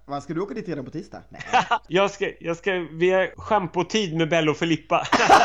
Vad ska du åka dit redan på tisdag? Nej. jag ska via schampotid med Bello och Filippa.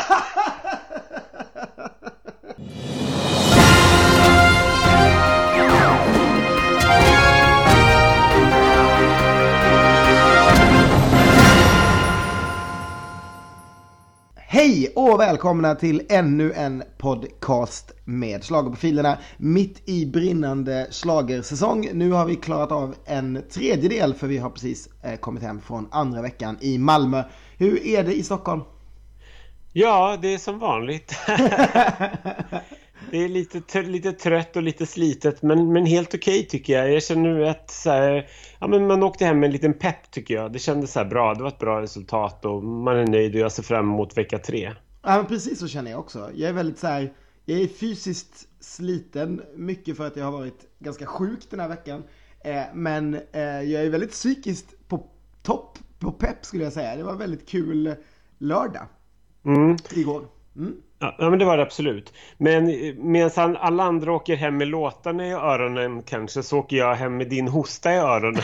Hej och välkomna till ännu en podcast med schlagerprofilerna mitt i brinnande schlagersäsong. Nu har vi klarat av en tredjedel för vi har precis kommit hem från andra veckan i Malmö. Hur är det i Stockholm? Ja, det är som vanligt. Det är lite trött och lite slitet, men helt okej tycker jag. Jag känner nu att så här, ja, men man åkte hem med en liten pepp tycker jag. Det kändes så här bra, det var ett bra resultat och man är nöjd och jag ser fram emot vecka 3. Ja, men precis så känner jag också. Jag är väldigt så här, jag är fysiskt sliten, mycket för att jag har varit ganska sjuk den här veckan. Men jag är väldigt psykiskt på topp, på pepp skulle jag säga. Det var en väldigt kul lördag igår. Ja, men det var det absolut. Men medan alla andra åker hem med låtarna i öronen kanske, så åker jag hem med din hosta i öronen.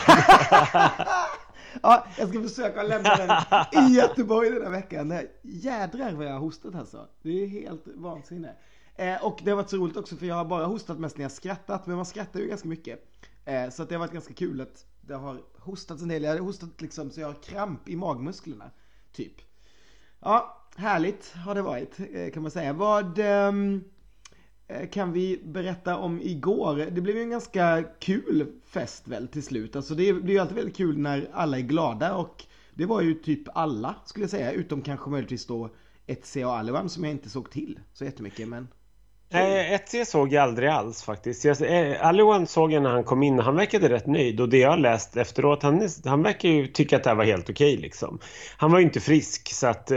Ja, jag ska försöka lämna den i Göteborg den här veckan. Jädrar vad jag har hostat alltså. Det är helt vansinne. Och det har varit så roligt också för jag har bara hostat mest när jag skrattat. Men man skrattar ju ganska mycket. Så att det har varit ganska kul att det har hostats en del. Jag har hostat liksom så jag har kramp i magmusklerna. Typ. Ja, härligt har det varit kan man säga. Vad kan vi berätta om igår? Det blev ju en ganska kul fest väl till slut. Alltså det blir ju alltid väldigt kul när alla är glada och det var ju typ alla skulle jag säga. Utom kanske möjligtvis då Etsy och Alivan som jag inte såg till så jättemycket men... Etsy såg jag aldrig alls faktiskt. Alivan såg jag när han kom in och han verkade rätt nöjd och det jag har läst efteråt, han verkar ju tycka att det här var helt okej liksom. Han var ju inte frisk så att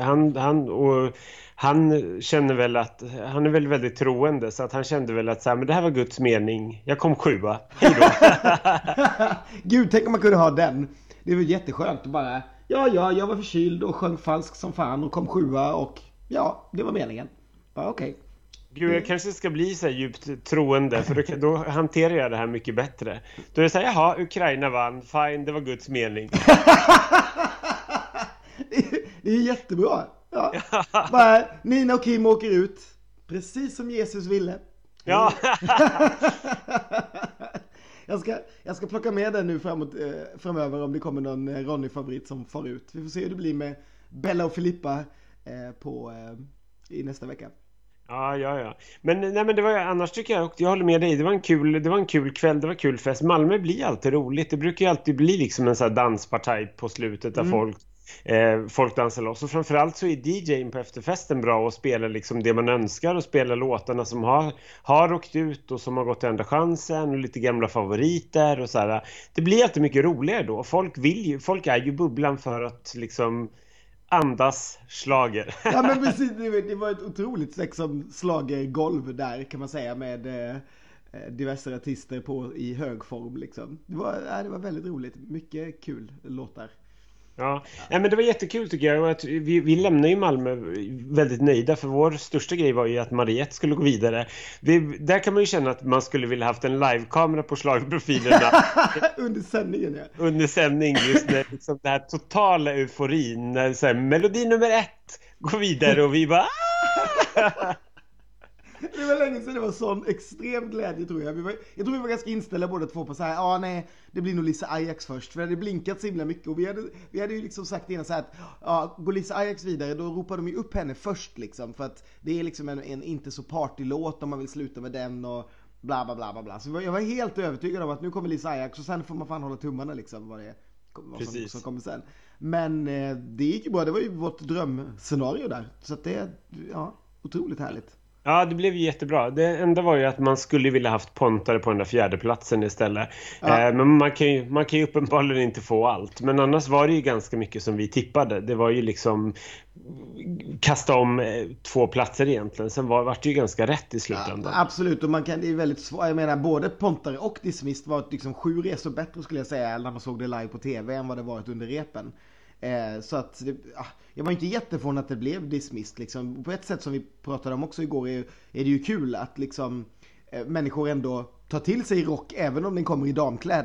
han känner väl att han är väl väldigt troende så att han kände väl att så här, men det här var Guds mening. Jag kom 7:a. Hej då. Gud, tänk om man kunde ha den. Det var jätteskönt att bara jag var förkyld och sjöng falsk som fan och kom 7:a och ja, det var meningen. Bara okej. Gud, jag kanske ska bli så här djupt troende för då hanterar jag det här mycket bättre. Då är det så här, jaha, Ukraina vann, fine, det var Guds mening. Det är jättebra. Ja. Bara, Nina och Kim åker ut precis som Jesus ville. Ja. Jag ska plocka med den nu framöver om det kommer någon Ronny-favorit som far ut. Vi får se hur det blir med Bella och Filippa i nästa vecka. Ja. Men det var annars tycker jag håller med dig. Det var en kul kväll, det var kul fest. Malmö blir alltid roligt. Det brukar ju alltid bli liksom en sån här danspartaj på slutet där folk dansar loss. Och framförallt så är DJ:n på efterfesten bra och spelar liksom det man önskar och spelar låtarna som har åkt ut och som har gått till andra chansen och lite gamla favoriter och så här. Det blir alltid mycket roligare då. Folk är ju bubblan för att liksom andas schlager. Ja men precis, det var ett otroligt liksom schlagergolv där kan man säga med diverse artister i hög form liksom. Det var väldigt roligt, mycket kul låtar. Ja, men det var jättekul tycker jag att vi lämnade ju Malmö väldigt nöjda för vår största grej var ju att Mariette skulle gå vidare. Där kan man ju känna att man skulle vilja haft en livekamera på schlagerprofilerna. Under sändningen, ja. Under sändning just när liksom det här totala euforin när så här, melodi nummer 1 går vidare och vi bara Det var länge sedan det var sån extrem glädje tror jag. Jag tror vi var ganska inställda båda två på så här, nej, det blir nog Lisa Ajax först. För det hade blinkat så himla mycket och vi hade ju liksom sagt innan så här att går Lisa Ajax vidare då ropar de ju upp henne först liksom. För att det är liksom en inte så partylåt om man vill sluta med den och bla bla bla bla bla. Så jag var helt övertygad om att nu kommer Lisa Ajax och sen får man fan hålla tummarna liksom vad som kommer sen. Men det gick ju bra, det var ju vårt drömscenario där. Så att det otroligt härligt. Ja, det blev ju jättebra. Det enda var ju att man skulle vilja haft Pontare på den där 4:e platsen istället. Ja. Men man kan ju uppenbarligen inte få allt. Men annars var det ju ganska mycket som vi tippade. Det var ju liksom kasta om 2 platser egentligen. Sen var det ju ganska rätt i slutändan. Ja, absolut, och det är väldigt svårt. Jag menar, både Pontare och Dismissed var liksom 7 resor bättre skulle jag säga när man såg det live på tv än vad det varit under repen. Så att jag var inte jätteförvånad att det blev Dismissed liksom. På ett sätt som vi pratade om också igår är det ju kul att liksom människor ändå tar till sig rock även om den kommer i damkläder.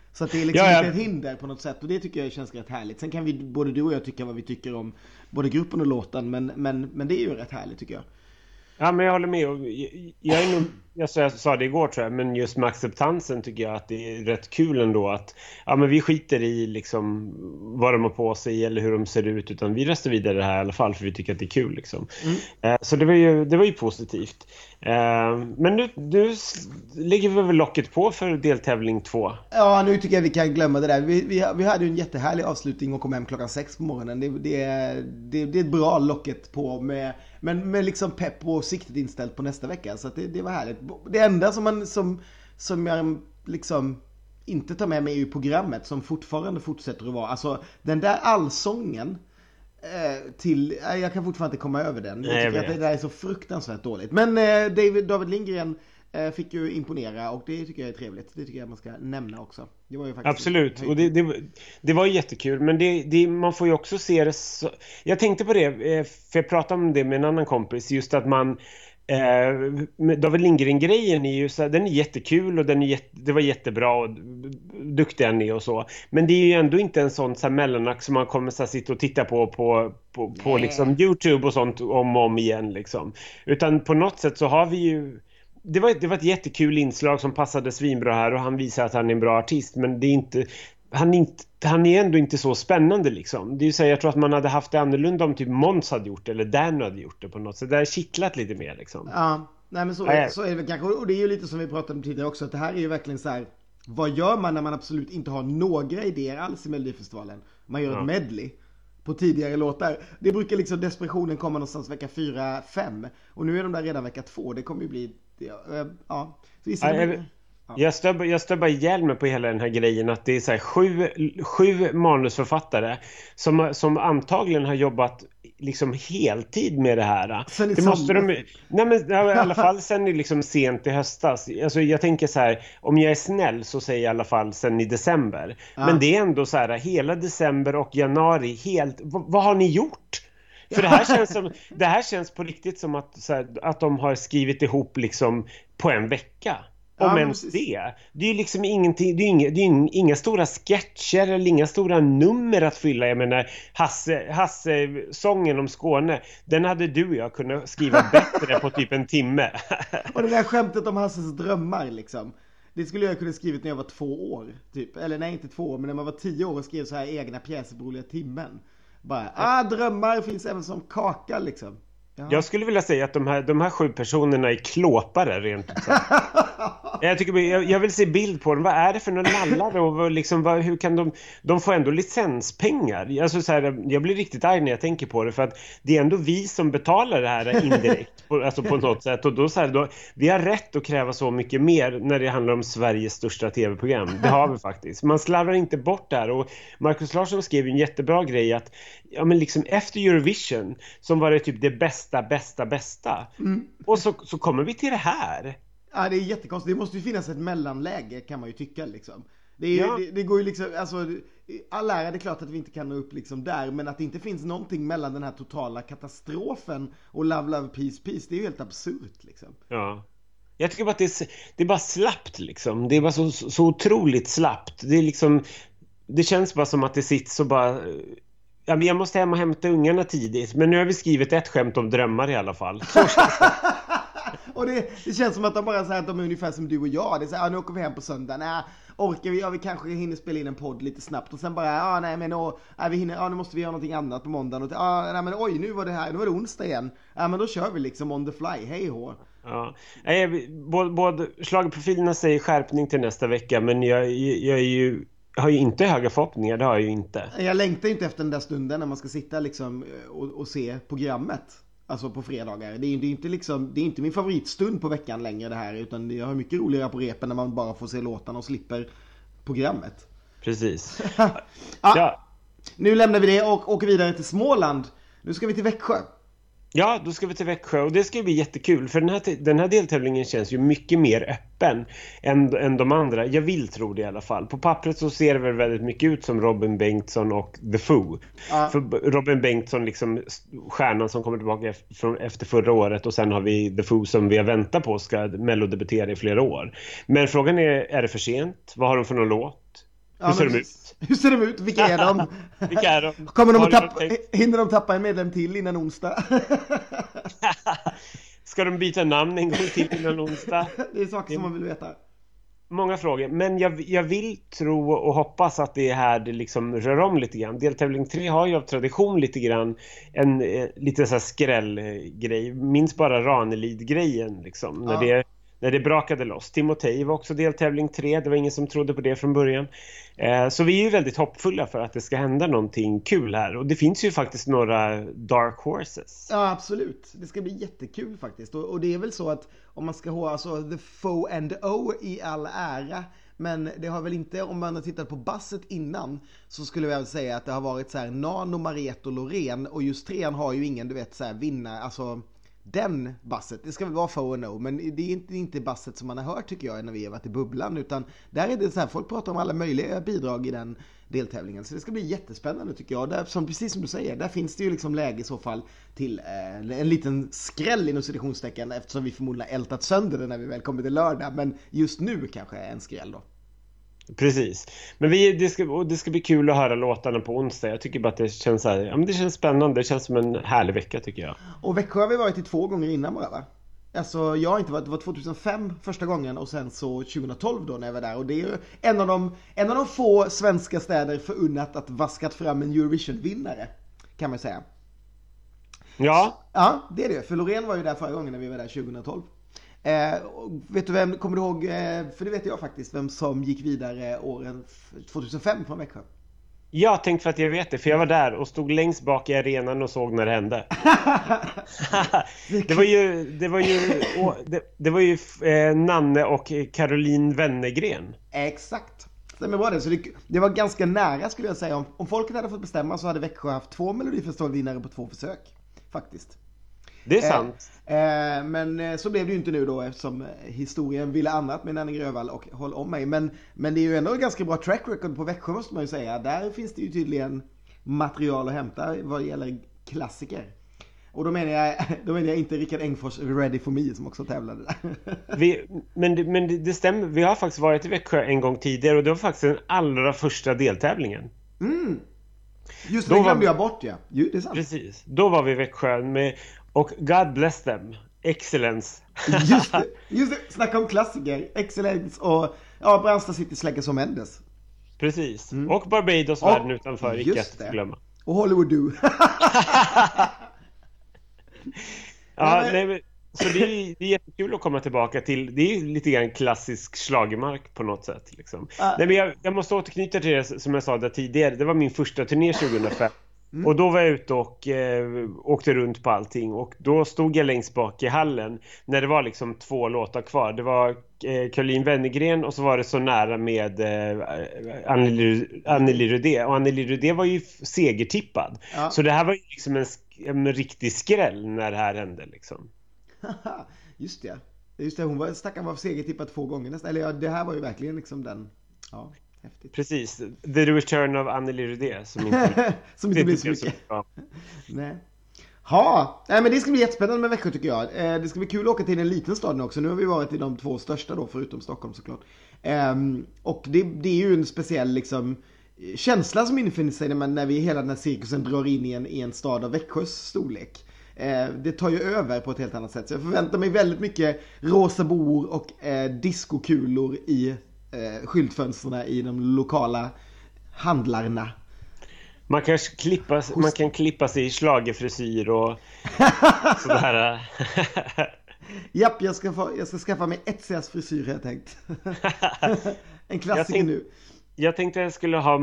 Så att det är liksom inte ett hinder på något sätt. Och det tycker jag känns rätt härligt. Sen kan vi, både du och jag, tycka vad vi tycker om både gruppen och låten. Men det är ju rätt härligt tycker jag. Ja, men jag håller med. Jag sa det igår tror jag, men just med acceptansen tycker jag att det är rätt kul ändå att men vi skiter i liksom vad de har på sig eller hur de ser ut, utan vi röstar vidare det här i alla fall för vi tycker att det är kul liksom. Så det var ju positivt. Men nu ligger vi väl locket på för deltävling 2. Ja, nu tycker jag vi kan glömma det där. Vi hade ju en jättehärlig avslutning och kom hem 6:00 på morgonen. Det är ett bra locket på men med liksom pepp och siktet inställt på nästa vecka. Så att det var härligt. Det enda som jag liksom inte tar med mig är ju programmet som fortsätter att vara. Alltså den där allsången jag kan fortfarande inte komma över den. Jag tycker att det där är så fruktansvärt dåligt. Men David Lindgren fick ju imponera och det tycker jag är trevligt. Det tycker jag man ska nämna också. Det var ju faktiskt absolut, och det var jättekul. Men man får ju också se det så... Jag tänkte på det, för jag pratade om det med en annan kompis. Just att man... David Lindgren-grejen är ju så här, den är jättekul och det var jättebra och duktig han är och så. Men det är ju ändå inte en sån så här mellanakt som man kommer så här sitta och titta på liksom YouTube och sånt om och om igen liksom. Utan på något sätt så har vi ju... Det var ett jättekul inslag som passade svinbra här och han visar att han är en bra artist, men det är inte... Han är ändå inte så spännande liksom. Det är ju så, jag tror att man hade haft det annorlunda om typ Måns hade gjort det eller Dan hade gjort det på något sätt. Det har kittlat lite mer liksom. Ja, nej men så är det kanske. Och det är ju lite som vi pratade om tidigare också, att det här är ju verkligen så här: vad gör man när man absolut inte har några idéer alls i Melodifestivalen? Man gör ett medley på tidigare låtar. Det brukar liksom desperationen komma någonstans vecka 4-5 och nu är de där redan vecka 2. Det kommer ju bli Jag stör bara ihjäl mig på hela den här grejen att det är så här sju manusförfattare som antagligen har jobbat liksom heltid med det här. Det måste i alla fall sen i liksom sent i höstas. Alltså jag tänker så här, om jag är snäll så säger jag i alla fall sen i december. Men det är ändå så här, hela december och januari vad har ni gjort? För det här känns på riktigt som att, så här, att de har skrivit ihop liksom på en vecka. Om ens det. Det är ju liksom ingenting, det är inga stora sketcher eller inga stora nummer att fylla. Jag menar, Hasse sången om Skåne, den hade du och jag kunnat skriva bättre på typ en timme. Och det där skämtet om Hasses drömmar liksom. Det skulle jag kunna skrivit när jag var 2 år typ. Eller nej, inte 2 år, men när man var 10 år och skrev så här egna pjäser på roliga timmen. Bara, drömmar finns även som kaka liksom. Jaha. Jag skulle vilja säga att de här 7 personerna är klåpare rent ut sagt. Jag vill se bild på dem. Vad är det för några lallare och liksom, hur kan de får ändå licenspengar? Alltså så här, jag blir riktigt arg när jag tänker på det, för att det är ändå vi som betalar det här indirekt alltså på något sätt, och då vi har rätt att kräva så mycket mer när det handlar om Sveriges största tv-program. Det har vi faktiskt. Man slarvar inte bort det här, och Marcus Larsson skrev en jättebra grej att men liksom efter Eurovision som var det typ det bästa. Och så kommer vi till det här. Ja, det är jättekonstigt. Det måste ju finnas ett mellanläge, kan man ju tycka liksom. Det går ju liksom, alltså, all ära, det är klart att vi inte kan nå upp liksom där, men att det inte finns någonting mellan den här totala katastrofen och Love, Peace, det är ju helt absurt liksom. Ja. Jag tycker bara att det är bara slappt liksom. Det är bara så otroligt slappt. Det är liksom, det känns bara som att det sitter så bara... Jag måste hem och hämta ungarna tidigt, men nu har vi skrivit ett skämt om drömmar i alla fall. Så känns det. Och det känns som att de bara säger att de är ungefär som du och jag. Det är så här, nu åker vi hem på söndag. Orkar vi? Ja, vi kanske hinner spela in en podd lite snabbt. Och sen bara, vi hinner, nu måste vi göra någonting annat på måndagen. Och nu var det onsdag igen. Men då kör vi liksom on the fly, hej hå. Ja. Både schlagerprofilerna säger skärpning till nästa vecka, men jag har ju inte höga förhoppningar, det har jag ju inte. Jag längtar inte efter den där stunden när man ska sitta liksom och se programmet. Alltså på fredagar. Det är inte min favoritstund på veckan längre det här, utan jag har mycket roligare på repen när man bara får se låtarna och slipper programmet. Precis. Ja. Nu lämnar vi det och åker vidare till Småland. Nu ska vi till Växjö. Ja, då ska vi till Växjö och det ska bli jättekul, för den här deltävlingen känns ju mycket mer öppen än de andra. Jag vill tro det i alla fall. På pappret så ser det väl väldigt mycket ut som Robin Bengtsson och The Foo. För Robin Bengtsson liksom stjärnan som kommer tillbaka efter förra året, och sen har vi The Foo som vi har väntat på ska mellodebutera i flera år. Men frågan är det för sent? Vad har de för någon låt? Hur ser de ut? Hur ser de ut? Vilka är de? Vilka är de? Kommer de att hinner de tappa en medlem till innan onsdag? Ska de byta namn en gång till innan onsdag? Det är saker som man vill veta. Många frågor, men jag vill tro och hoppas att det är här det liksom rör om lite grann. Deltävling 3 har ju av tradition lite grann en lite så här skrällgrej. Minns bara Ranelid-grejen liksom, när det brakade loss. Timotej var också deltävling 3, det var ingen som trodde på det från början. Så vi är ju väldigt hoppfulla för att det ska hända någonting kul här. Och det finns ju faktiskt några dark horses. Ja, absolut. Det ska bli jättekul faktiskt. Och det är väl så att om man ska ha alltså the foe and o i all ära, men det har väl inte, om man har tittat på basset innan, så skulle jag säga att det har varit så här Nano, Mariette och Loreen, och just trean har ju ingen, du vet, så här vinna, alltså den basset, det ska väl vara foe and o, men det är inte basset som man har hört tycker jag när vi har varit i bubblan, utan där är det så här, folk pratar om alla möjliga bidrag i den deltävlingen, så det ska bli jättespännande tycker jag. Där, precis som du säger, där finns det ju liksom läge i så fall till en liten skräll inom citationstecken, eftersom vi förmodligen ältat sönder det när vi väl kommer till lördag, men just nu kanske är en skräll då. Precis. Men det ska bli kul att höra låtarna på onsdag. Jag tycker bara att det känns så här, ja, men det känns spännande. Det känns som en härlig vecka tycker jag. Och Växjö har vi varit i 2 gånger innan bara, va? Alltså jag har inte varit, det var 2005 första gången och sen så 2012 då när jag var där. Och det är ju en av de få svenska städer förunnat att vaskat fram en Eurovision-vinnare, kan man säga. Ja. Ja, det är det. För Loreen var ju där förra gången när vi var där 2012. Vet du vem, kommer du ihåg, för det vet jag faktiskt, vem som gick vidare åren 2005 från Växjö? Jag tänkte för att jag vet det, för jag var där och stod längst bak i arenan och såg när det hände. det var ju Nanne och Caroline Wennergren. Exakt. Stämmer bra det. Så det var ganska nära skulle jag säga. Om folket hade fått bestämma så hade Växjö haft 2 Melodifestivalvinnare på 2 försök. Faktiskt. Det är sant. Men så blev det ju inte nu då, eftersom historien ville annat med Nanne Grövall och Håll om mig. Men det är ju ändå en ganska bra track record på Växjö måste man ju säga. Där finns det ju tydligen material att hämta vad gäller klassiker. Och då menar jag inte Rickard Engfors Ready for Me som också tävlade där. Men det stämmer, vi har faktiskt varit i Växjö en gång tidigare och det var faktiskt den allra första deltävlingen. Just det, glömde jag bort, ja. Det är sant. Precis, då var vi i Växjö med, och God bless them, Excellence. Just det, snacka om klassiker, Excellence och Brandsta City släcker som Mendes. Precis, och Barbados, världen utanför, icke att glömma. Och Hollywood Do. Så det är jättekul att komma tillbaka till. Det är lite grann klassisk schlagermark på något sätt liksom. Nej, men jag måste återknyta till det som jag sa där tidigare. Det var min första turné 2005. Och då var jag ute och åkte runt på allting. Och då stod jag längst bak i hallen när det var liksom 2 låtar kvar. Det var Caroline Wennergren och så var det Så nära med Anneli Rudé. Och Anneli Rudé var ju segertippad. Så det här var ju liksom en riktig skräll när det här hände liksom. Just det, hon var stackaren var segertippad 2 gånger nästan. Eller det här var ju verkligen liksom den. Ja, häftigt. Precis, The Return of Anneli Rudé som inte blir så mycket. Nej. Nej, men det ska bli jättespännande med Växjö tycker jag. Det ska bli kul att åka till en liten stad nu också. Nu har vi varit i de 2 största då, förutom Stockholm såklart. Och det är ju en speciell liksom känsla som infinner sig när vi hela den här cirkusen drar in i en stad av Växjös storlek. Det tar ju över på ett helt annat sätt. Så jag förväntar mig väldigt mycket rosa bor och diskokulor i skyltfönsterna i de lokala handlarna. Man kan klippa sig i schlagerfrisyr och sådär. Japp, jag ska skaffa mig Etsias frisyr har jag tänkt. En klassiker nu. Jag tänkte att jag skulle ha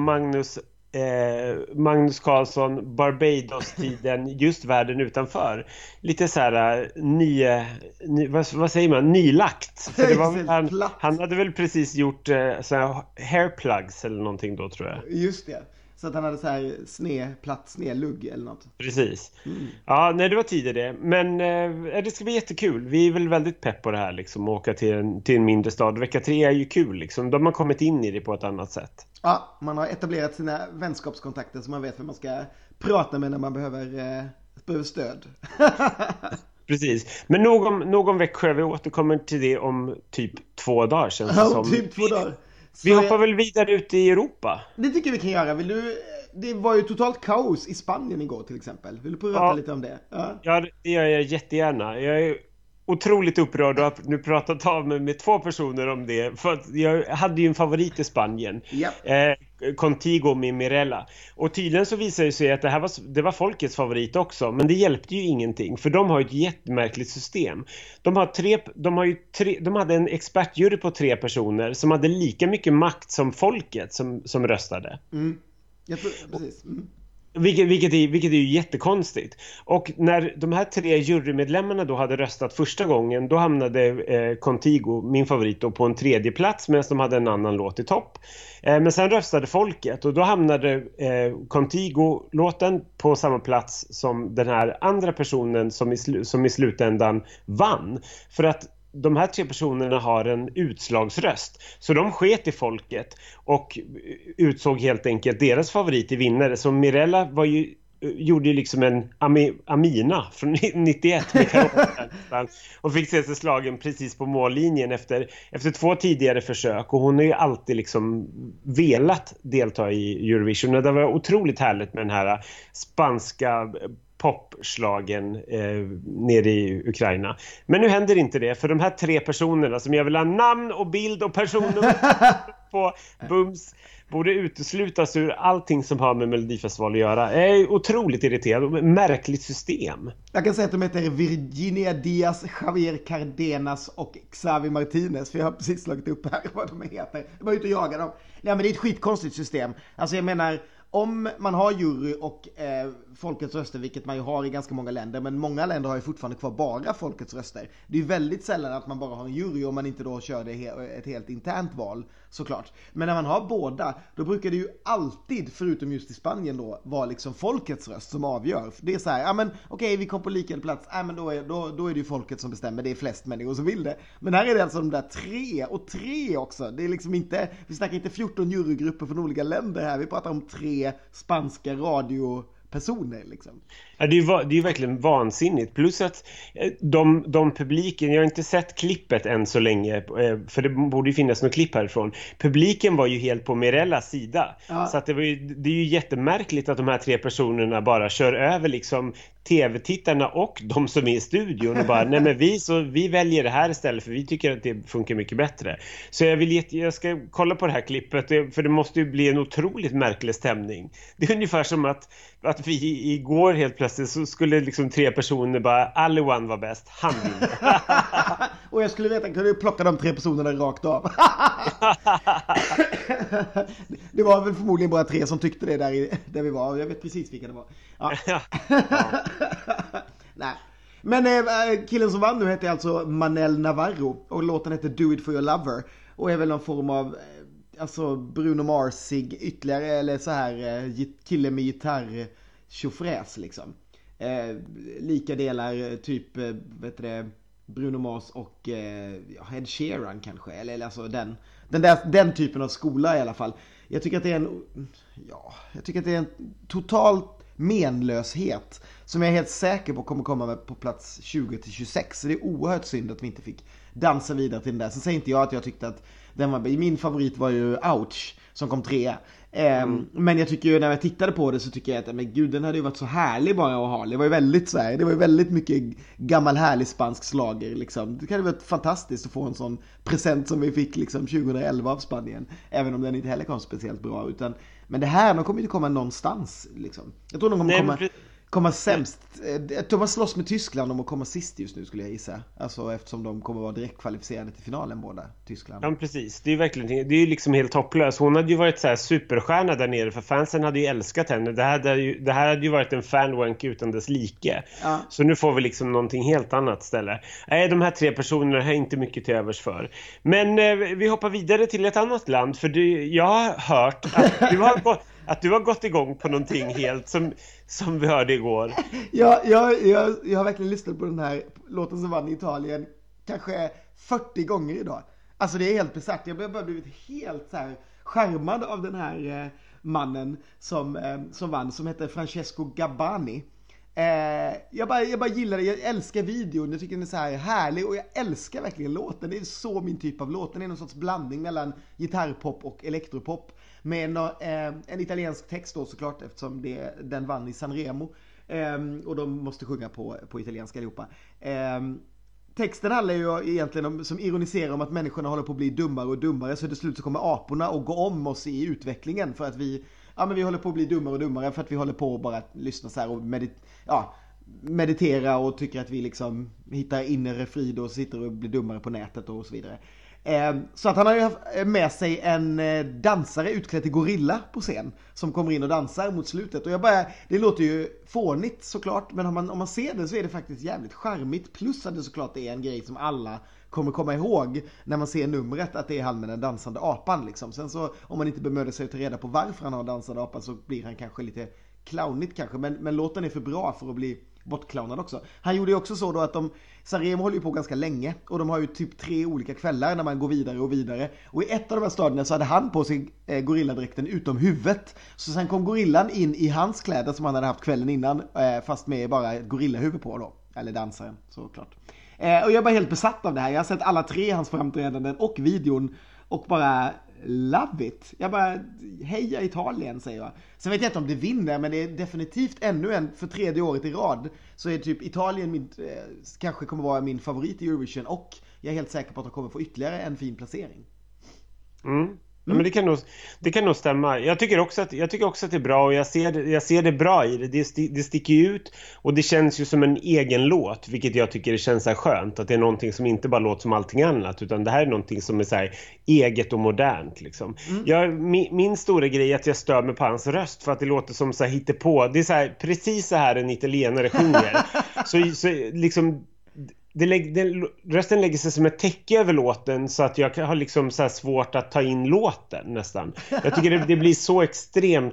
Magnus Carlsson Barbados-tiden, just världen utanför. Lite så här vad säger man? Nylagt. För det var han hade väl precis gjort så här hairplugs eller någonting då tror jag. Just det. Så att han hade så här snedlugg eller något. Precis. Ja, nej, det var tidigare. Men det ska bli jättekul. Vi är väl väldigt pepp på det här liksom, åka till en mindre stad. Vecka 3 är ju kul liksom. De har kommit in i det på ett annat sätt. Ja, man har etablerat sina vänskapskontakter så man vet vem man ska prata med när man behöver stöd. Precis. Men någon Växjö, vi återkommer till det om typ 2 dagar känns det som. Typ 2 dagar. Vi hoppar väl vidare ut i Europa. Det tycker vi kan göra. Det var ju totalt kaos i Spanien igår till exempel. Vill du prata lite om det? Ja, det gör jag jättegärna. Jag är otroligt upprörd och har nu pratat av mig med 2 personer om det. För att jag hade ju en favorit i Spanien. Yep. Contigo med Mirella. Och tydligen så visar det sig att det var folkets favorit också. Men det hjälpte ju ingenting. För de har ett jättemärkligt system. De hade en expertjury på 3 personer som hade lika mycket makt som folket som röstade. Jag tror, precis. Vilket är ju jättekonstigt. Och när de här 3 jurymedlemmarna då hade röstat första gången, då hamnade Contigo, min favorit, då, på en 3:e plats medan de hade en annan låt i topp. Men sen röstade folket och då hamnade Contigo-låten på samma plats som den här andra personen som i slutändan vann. För att de här 3 personerna har en utslagsröst. Så de sket i folket och utsåg helt enkelt deras favorit i vinnare. Så Mirella gjorde ju liksom en Amina från 91 med Carola och fick se sig slagen precis på mållinjen efter 2 tidigare försök. Och hon har ju alltid liksom velat delta i Eurovision. Och det var otroligt härligt med den här spanska popslagen nere i Ukraina. Men nu händer inte det, för de här 3 personerna som jag vill ha namn och bild och personer på bums borde uteslutas ur allting som har med Melodifestival att göra. Jag är otroligt irriterad. Märkligt system. Jag kan säga att de heter Virginia Diaz, Javier Cardenas och Xavi Martinez. För jag har precis slagit upp här vad de heter. Det var ute och jaga dem. Nej, men det är ett skitkonstigt system. Alltså jag menar, om man har jury och folkets röster, vilket man ju har i ganska många länder, men många länder har ju fortfarande kvar bara folkets röster. Det är ju väldigt sällan att man bara har en jury om man inte då kör det ett helt internt val, såklart. Men när man har båda, då brukar det ju alltid, förutom just i Spanien då, vara liksom folkets röst som avgör. För det är så här, ja men okej, vi kom på lika plats, ja men då är det ju folket som bestämmer, det är flest människor som vill det. Men här är det alltså de där 3 också. Det är liksom inte, vi snackar inte 14 jurygrupper från olika länder här, vi pratar om 3 spanska radiopersoner liksom. Ja, det är ju verkligen vansinnigt. Plus att de publiken, jag har inte sett klippet än så länge, för det borde ju finnas något klipp härifrån. Publiken var ju helt på Mirellas sida. Ja. Så att det är ju jättemärkligt att de här 3 personerna bara kör över liksom tv-tittarna och de som är i studion och bara, nej men vi väljer det här istället för vi tycker att det funkar mycket bättre. Så jag ska kolla på det här klippet, för det måste ju bli en otroligt märklig stämning. Det är ungefär som att vi igår helt plötsligt så skulle liksom 3 personer bara, Aliwan var bäst, han vinner. Och jag skulle veta, kan du plocka de 3 personerna rakt av? Det var väl förmodligen bara 3 som tyckte det där vi var. Jag vet precis vilka det var. Ja. Nej. Men killen som vann nu heter alltså Manel Navarro och låten heter Do It For Your Lover och är väl någon form av alltså Bruno Marsig ytterligare eller så här kille med gitarr tjofräs liksom. Lika delar typ Bruno Mars och Ed Sheeran kanske eller alltså den typen av skola i alla fall. Jag tycker att det är en total menlöshet som jag är helt säker på kommer komma med på plats 20-26. Så det är oerhört synd att vi inte fick dansa vidare till den där. Sen säger inte jag att jag tyckte att min favorit var ju Ouch som kom 3. Men jag tycker ju när jag tittade på det så tycker jag att men gud, den hade ju varit så härlig bara att ha. Det var ju väldigt så här, det var ju väldigt mycket gammal härlig spansk slager liksom. Det kan ju vara fantastiskt att få en sån present som vi fick liksom 2011 av Spanien, även om den inte heller kom speciellt bra men det här, de kommer inte komma någonstans liksom. Jag tror de kommer komma sämst. De slåss med Tyskland om att komma sist just nu skulle jag gissa. Alltså eftersom de kommer vara direkt kvalificerade till finalen båda, Tyskland. Ja precis, det är verkligen, det är liksom helt hopplöst. Hon hade ju varit så här superstjärna där nere för fansen hade ju älskat henne. Det här hade ju varit en fanwank utan dess like. Ja. Så nu får vi liksom någonting helt annat ställe. Nej, de här 3 personerna har inte mycket till övers för. Men vi hoppar vidare till ett annat land för jag har hört att du har gått igång på någonting helt som vi hörde igår. Ja, jag har verkligen lyssnat på den här låten som vann i Italien kanske 40 gånger idag. Alltså det är helt besatt. Jag blev bara blivit helt så här charmad av den här mannen som vann, som heter Francesco Gabbani. Jag bara gillar det, jag älskar videon, jag tycker den är så här härlig och jag älskar verkligen låten. Det är så min typ av låt, den är någon sorts blandning mellan gitarrpop och elektropop med en italiensk text då såklart, eftersom den vann i Sanremo och de måste sjunga på italienska allihopa. Texten handlar ju egentligen om, som ironiserar om att människorna håller på att bli dummare och dummare, så till slut så kommer aporna och gå om oss i utvecklingen för att vi håller på att bli dummare och dummare för att vi håller på att bara lyssna så här och meditera och tycker att vi liksom hittar inre frid och sitter och blir dummare på nätet och så vidare. Så att han har ju haft med sig en dansare utklädd till gorilla på scen som kommer in och dansar mot slutet. Och det låter ju fånigt såklart, men om man ser det så är det faktiskt jävligt charmigt. Plus att det såklart är en grej som alla kommer komma ihåg när man ser numret, att det är han med den dansande apan liksom. Sen så om man inte bemöder sig att ta reda på varför han har dansande apan så blir han kanske lite clownigt kanske, men låten är för bra för att bli bortclownad också. Han gjorde ju också så då att Sanremo håller ju på ganska länge och de har ju typ 3 olika kvällar när man går vidare och vidare. Och i ett av de här stadierna så hade han på sig gorilladräkten utom huvudet. Så sen kom gorillan in i hans kläder som han hade haft kvällen innan, fast med bara ett gorillahuvud på då. Eller dansaren, såklart. Och jag är bara helt besatt av det här. Jag har sett alla 3 hans framträdanden och videon och bara love it. Jag bara, heja Italien, säger jag. Sen vet jag inte om det vinner, men det är definitivt ännu en, för 3:e året i rad så är typ Italien kanske kommer vara min favorit i Eurovision, och jag är helt säker på att de kommer få ytterligare en fin placering. Ja, men det kan nog stämma. Jag tycker också att det är bra, och jag ser det bra i det. Det sticker ut och det känns ju som en egen låt, vilket jag tycker det känns så här skönt, att det är någonting som inte bara låter som allting annat, utan det här är någonting som är så här eget och modernt liksom. Min stora grej är att jag stör mig på hans röst, för att det låter som så här hittepå. Det är så här, precis så här en italienare sjunger. så liksom rösten lägger sig som ett täcke över låten, så att jag har liksom så här svårt att ta in låten nästan. Jag tycker det blir så extremt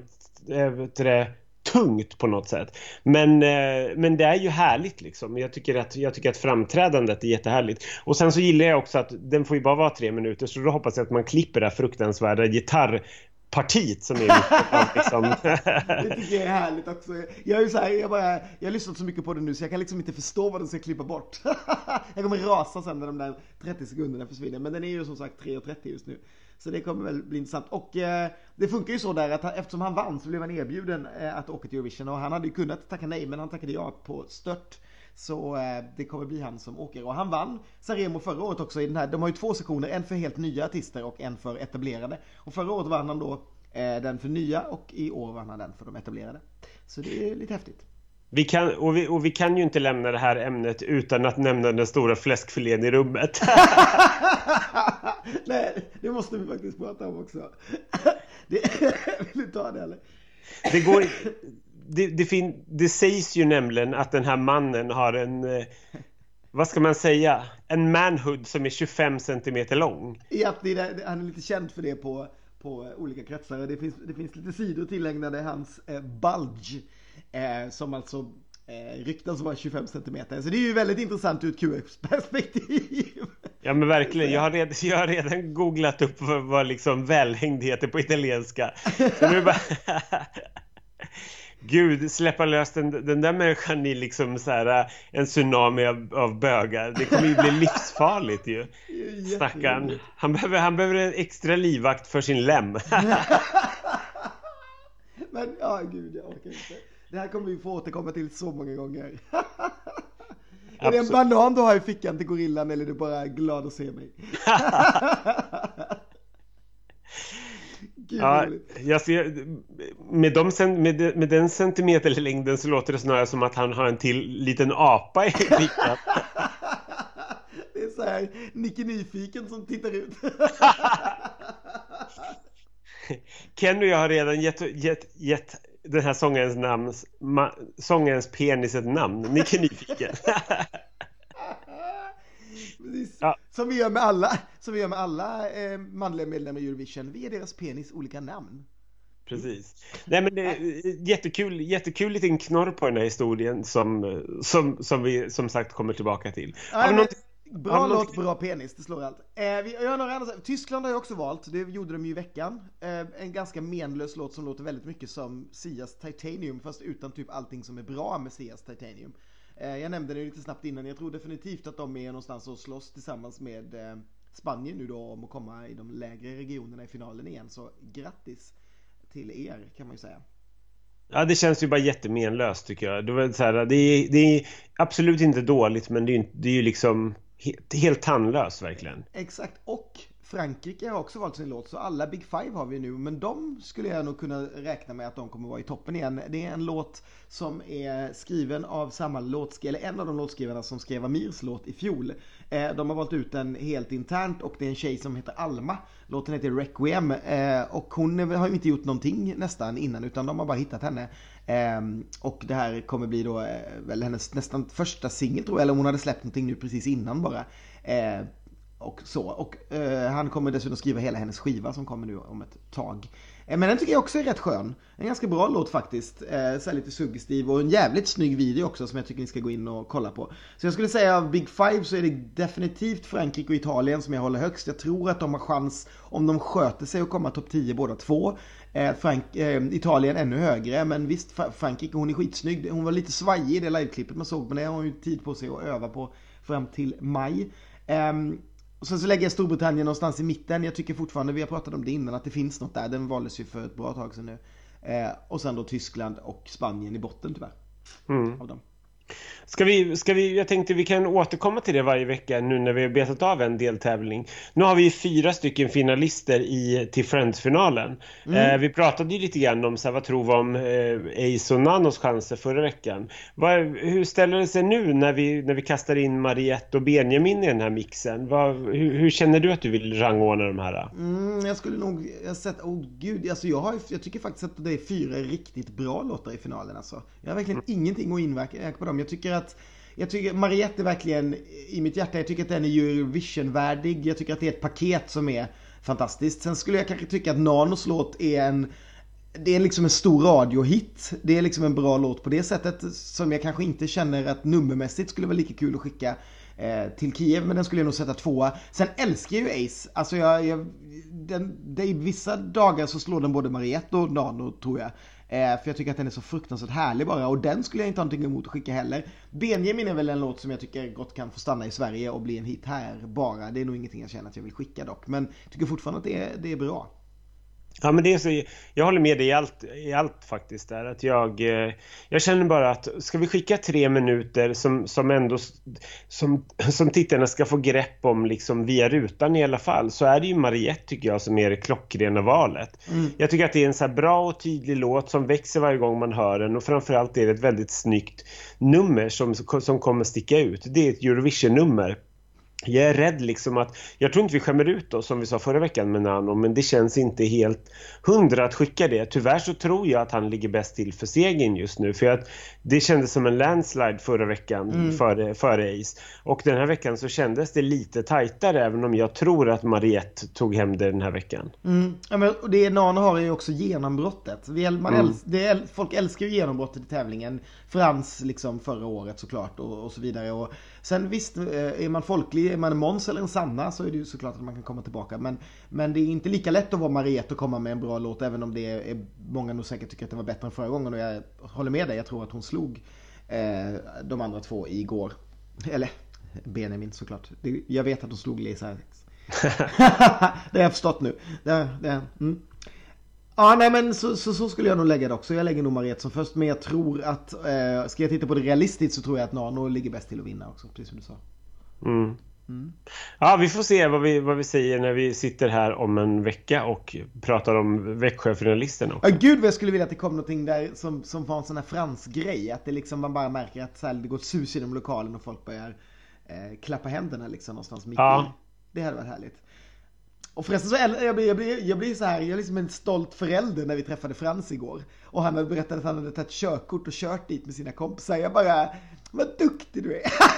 tungt på något sätt. Men det är ju härligt liksom. Jag tycker att framträdandet är jättehärligt. Och sen så gillar jag också att den får ju bara vara 3 minuter, så då hoppas jag att man klipper det här fruktansvärda gitarrpartiet som är liksom. Det tycker jag är härligt också. Jag är ju så här, jag har lyssnat så mycket på det nu så jag kan liksom inte förstå vad den ska klippa bort. Jag kommer rasa sen när de där 30 sekunderna försvinner, men den är ju som sagt 3:30 just nu. Så det kommer väl bli intressant. Och det funkar ju så där att eftersom han vann så blev han erbjuden att åka till Eurovision, och han hade ju kunnat tacka nej, men han tackade ja på stört. Så det kommer bli han som åker. Och han vann Sanremo förra året också i den här. De har ju 2 sektioner, en för helt nya artister och en för etablerade. Och förra året vann han då den för nya, och i år vann han den för de etablerade. Så det är lite häftigt. Vi kan ju inte lämna det här ämnet utan att nämna den stora fläskfilén i rummet. Nej, det måste vi faktiskt prata om också. Vill du ta det eller? Det sägs ju nämligen att den här mannen har en, vad ska man säga, en manhood som är 25 centimeter lång. Ja, han är lite känd för det på olika kretsar. Det finns lite sidor tillägnade hans bulge, som alltså ryktas vara 25 centimeter. Så det är ju väldigt intressant ur ett QX-perspektiv. Ja, men verkligen. Jag har redan googlat upp vad liksom välhängd heter på italienska. Så nu bara... Gud, släppa lös den där människan i liksom så här en tsunami av bögar. Det kommer ju bli livsfarligt ju. Stackarn. Han behöver en extra livvakt för sin lem. Men gud, jag orkar inte. Det här kommer vi få återkomma till så många gånger. Är det en banan du har i fickan till gorillan, eller är du bara glad att se mig? Ja, jag ser, med den centimeterlängden så låter det snarare som att han har en till liten apa i fickan. Det är så här Nicke Nyfiken som tittar ut. Ken och jag har redan gett den här sångens penis ett namn. Nicke Nyfiken. Ja. Som vi gör med alla manliga medlemmar i Eurovision. Vi ger deras penis olika namn. Precis. Nej, men det är jättekul liten knorr på den här historien som vi som sagt kommer tillbaka till. Bra låt, bra penis, det slår allt. Jag har några andra. Tyskland har jag också valt, det gjorde de ju i veckan. En ganska menlös låt som låter väldigt mycket som Sias Titanium, fast utan typ allting som är bra med Sias Titanium. Jag nämnde det lite snabbt innan, jag tror definitivt att de är någonstans och slåss tillsammans med Spanien nu då om att komma i de lägre regionerna i finalen igen. Så grattis till er, kan man ju säga. Ja, det känns ju bara jättemenlöst tycker jag. Det är absolut inte dåligt, men det är ju liksom helt tandlöst verkligen. Exakt, och Frankrike har också valt sin låt, så alla Big Five har vi nu, men de skulle jag nog kunna räkna med att de kommer vara i toppen igen. Det är en låt som är skriven av samma låtskrivare, eller en av de låtskrivarna som skrev Amirs låt i fjol. De har valt ut den helt internt, och det är en tjej som heter Alma. Låten heter Requiem, och hon har ju inte gjort någonting nästan innan, utan de har bara hittat henne. Och det här kommer bli då väl hennes nästan första singel tror jag, eller hon hade släppt någonting nu precis innan bara. Och så, och han kommer dessutom skriva hela hennes skiva som kommer nu om ett tag. Men den tycker jag också är rätt skön. En ganska bra låt faktiskt, så lite suggestiv, och en jävligt snygg video också som jag tycker ni ska gå in och kolla på. Så jag skulle säga av Big Five så är det definitivt Frankrike och Italien som jag håller högst. Jag tror att de har chans, om de sköter sig, att komma topp 10 båda två. Italien ännu högre, men visst, Frankrike, hon är skitsnygg. Hon var lite svajig i det liveklippet man såg, men det har hon ju tid på sig att öva på fram till maj. Och sen så lägger jag Storbritannien någonstans i mitten. Jag tycker fortfarande, vi har pratat om det innan, att det finns något där. Den valdes ju för ett bra tag sedan nu. Och sen då Tyskland och Spanien i botten tyvärr. Av dem. Jag tänkte vi kan återkomma till det varje vecka nu när vi har betat av en deltävling. Nu har vi 4 stycken finalister till Friends-finalen. Vi pratade ju lite grann om vad tror vi om Ace och Nanos chanser förra veckan. Hur ställer det sig nu när vi kastar in Mariette och Benjamin i den här mixen? Hur känner du att du vill rangordna de här? Jag skulle nog jag tycker faktiskt att det är 4 riktigt bra låtar i finalen alltså. Jag har verkligen ingenting att inverka på dem. Jag tycker Mariette är verkligen i mitt hjärta. Jag tycker att den är Eurovision-värdig. Jag tycker att det är ett paket som är fantastiskt. Sen skulle jag kanske tycka att Nanos låt är liksom en stor radiohit. Det är liksom en bra låt på det sättet, som jag kanske inte känner att nummermässigt skulle vara lika kul att skicka till Kiev, men den skulle jag nog sätta 2. Sen älskar jag ju Ace. Alltså i vissa dagar så slår den både Mariette och Nano, tror jag. För jag tycker att den är så fruktansvärt härlig bara. Och den skulle jag inte ha någonting emot att skicka heller. Benjamin är väl en låt som jag tycker gott kan få stanna i Sverige och bli en hit här bara. Det är nog ingenting jag känner att jag vill skicka dock. Men jag tycker fortfarande att det är bra. Ja, men det är så, jag håller med dig i allt faktiskt där, att jag känner bara att ska vi skicka 3 minuter som ändå som tittarna ska få grepp om liksom via rutan i alla fall, så är det ju Mariette tycker jag som är det klockrena valet. Jag tycker att det är en så här bra och tydlig låt som växer varje gång man hör den, och framförallt är det ett väldigt snyggt nummer som kommer sticka ut. Det är ett Eurovision-nummer. Jag är rädd liksom att, jag tror inte vi skämmer ut oss som vi sa förra veckan med Nano, men det känns inte helt 100 att skicka det. Tyvärr så tror jag att han ligger bäst till för segern just nu, för att det kändes som en landslide förra veckan före Ace. Och den här veckan så kändes det lite tajtare, även om jag tror att Mariette tog hem det den här veckan. Ja, men det Nano har ju också genombrottet. Folk älskar ju genombrottet i tävlingen. Frans liksom förra året såklart och så vidare. Och sen visst, är man folklig, är man en Måns eller en Sanna, så är det ju såklart att man kan komma tillbaka. Men det är inte lika lätt att vara Mariette och komma med en bra låt, även om det är många nog säkert tycker att det var bättre än förra gången. Och jag håller med dig, jag tror att hon slog de andra 2 igår. Eller Benjamin såklart. Jag vet att hon slog Lisa. Det har jag förstått nu. Ja, nej, men så skulle jag nog lägga det också. Jag lägger nog Mariette som först, men jag tror att ska jag titta på det realistiskt så tror jag att Nano ligger bäst till att vinna också, precis som du sa. Ja, vi får se vad vi säger när vi sitter här om en vecka och pratar om Växjö-finalisterna också. Ja, gud vad jag skulle vilja att det kom någonting där som var en sån här fransk grej, att det liksom man bara märker att så här, det går ett sus genom lokalen och folk börjar klappa händerna liksom någonstans mitt i. Det hade varit härligt. Och förresten så jag blir så här, jag är liksom en stolt förälder när vi träffade Frans igår. Och han hade berättat att han hade tagit körkort och kört dit med sina kompisar. Jag bara, vad duktig du är.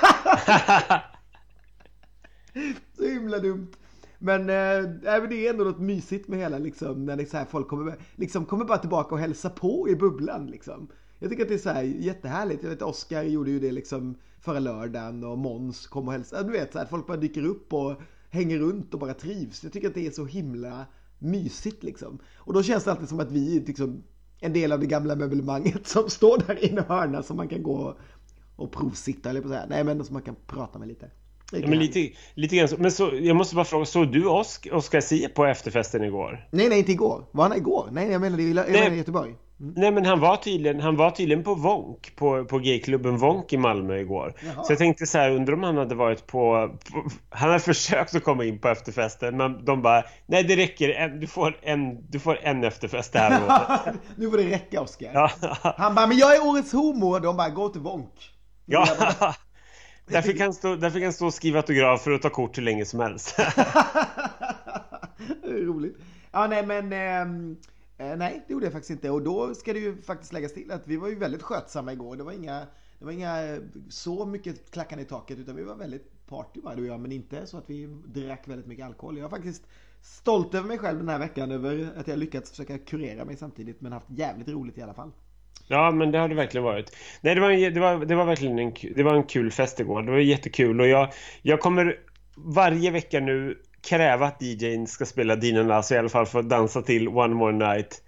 Så himla dumt. Men det är ändå något mysigt med hela liksom, när det är så här, folk kommer bara tillbaka och hälsa på i bubblan liksom. Jag tycker att det är så här jättehärligt. Jag vet, Oscar gjorde ju det liksom förra lördagen och Måns kom och hälsade. Du vet så här, att folk bara dyker upp och hänger runt och bara trivs. Jag tycker att det är så himla mysigt liksom. Och då känns det alltid som att vi är liksom en del av det gamla möblemanget som står där inne i hörnan som man kan gå och provsitta eller på så här. Nej, men som man kan prata med lite. Ja, men lite grann så. Men så, jag måste bara fråga, såg du Oscar Sia på efterfesten igår? Nej, inte igår. Var han igår? Nej, jag menar i Göteborg. Nej, men han var tydligen på Wonk på gayklubben Wonk i Malmö igår. Jaha. Så jag tänkte så här, undrar om han hade varit han hade försökt att komma in på efterfesten, men de bara, nej det räcker, du får en efterfest här. Nu får det räcka, Oscar. Ja. Han bara, men jag är årets homo, och de bara, gå till Wonk. Ja. Där fick han stå och skriva autografer och ta kort hur länge som helst. Det är roligt. Ja, nej, men nej, det gjorde jag faktiskt inte. Och då ska det ju faktiskt läggas till att vi var ju väldigt skötsamma igår. Det var inga så mycket klackande i taket, utan vi var väldigt party bara, du och jag, men inte så att vi drack väldigt mycket alkohol. Jag är faktiskt stolt över mig själv den här veckan, över att jag lyckats försöka kurera mig samtidigt, men haft jävligt roligt i alla fall. Ja, men det har det verkligen varit. Nej, det var verkligen en kul fest igår. Det var jättekul, och jag kommer varje vecka nu kräva att DJ:n ska spela Dina Nass i alla fall för att dansa till One More Night.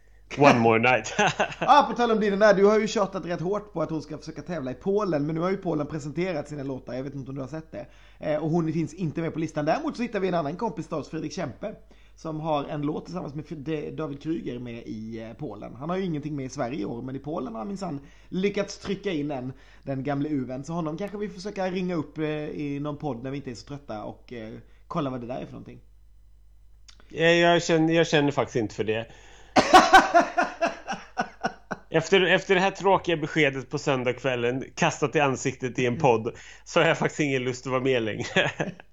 På tal om Dina, du har ju tjatat rätt hårt på att hon ska försöka tävla i Polen, men nu har ju Polen presenterat sina låtar. Jag vet inte om du har sett det. Och hon finns inte med på listan. Däremot så hittar vi en annan kompis till oss, Fredrik Kempe, som har en låt tillsammans med David Kryger med i Polen. Han har ju ingenting med i Sverige i år, men i Polen har han minsann lyckats trycka in den gamla uven. Så honom kanske vi försöka ringa upp i någon podd när vi inte är så trötta och kolla vad det där är för någonting. Jag känner faktiskt inte för det. Efter det här tråkiga beskedet på söndagskvällen, kastat i ansiktet i en podd, så har jag faktiskt ingen lust att vara med längre.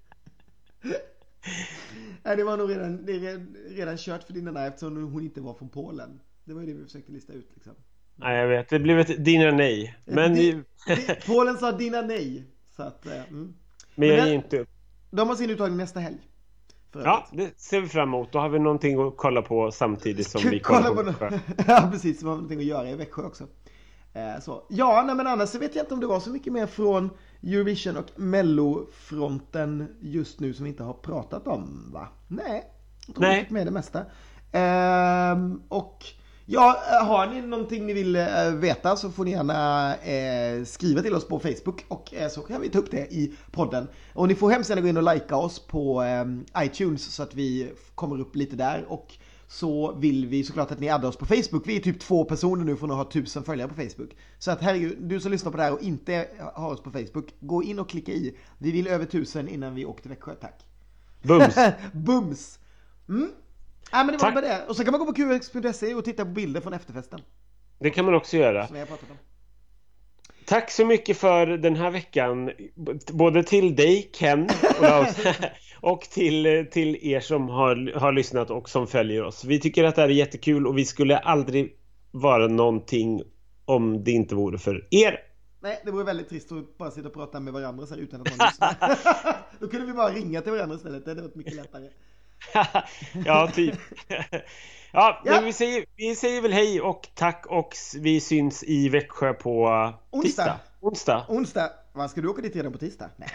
Nej, det var nog redan kört för Dina Nej, eftersom hon inte var från Polen. Det var ju det vi försökte lista ut liksom. Nej, jag vet. Det blev ett Dina Nej. Men Polen sa Dina Nej. Så att, Men jag är inte upp. De har sin uttagning nästa helg. Ja, det ser vi fram emot. Då har vi någonting att kolla på samtidigt som vi kollar på. Ja, precis. Vi har någonting att göra i Växjö också. Så. Ja, nej, men annars så vet jag inte om det var så mycket mer från Eurovision och Mello-fronten just nu som vi inte har pratat om, va? Nej, jag tror vi fick med det mesta. Och ja, har ni någonting ni vill veta så får ni gärna skriva till oss på Facebook, och så kan vi ta upp det i podden. Och ni får hemskt gärna gå in och likea oss på iTunes så att vi kommer upp lite där. Och så vill vi såklart att ni addar oss på Facebook. Vi är typ 2 personer nu från att ha 1000 följare på Facebook. Så att herregud, du som lyssnar på det här och inte har oss på Facebook, gå in och klicka i. Vi vill över 1000 innan vi åker till Växjö, tack. Bums. Bums. Ja, men det var bara det. Och så kan man gå på qx.se och titta på bilder från efterfesten. Det kan man också göra. Som jag pratat om. Tack så mycket för den här veckan. Både till dig, Ken, och till er som har lyssnat och som följer oss. Vi tycker att det här är jättekul, och vi skulle aldrig vara någonting om det inte vore för er. Nej, det vore väldigt trist att bara sitta och prata med varandra så här utan att man lyssnar. Då kunde vi bara ringa till varandra istället. Det hade varit mycket lättare. Ja, typ. Ja, men vi säger väl hej och tack, och vi syns i Växjö på onsdag. Vad ska du åka dit redan på tisdag? Nej.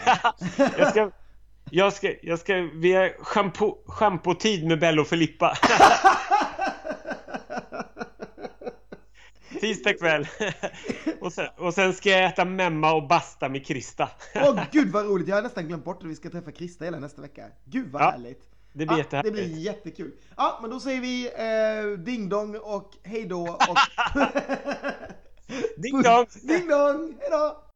jag ska vi har shampoo-tid med Bello och Filippa. Tisdag kväll. och sen ska jag äta memma och basta med Krista. Gud vad roligt, jag har nästan glömt bort att vi ska träffa Krista hela nästa vecka. Gud vad härligt. Det blir, det blir jättekul. Ja, men då säger vi ding dong och hej då och ding dong. Ding dong. Hej då.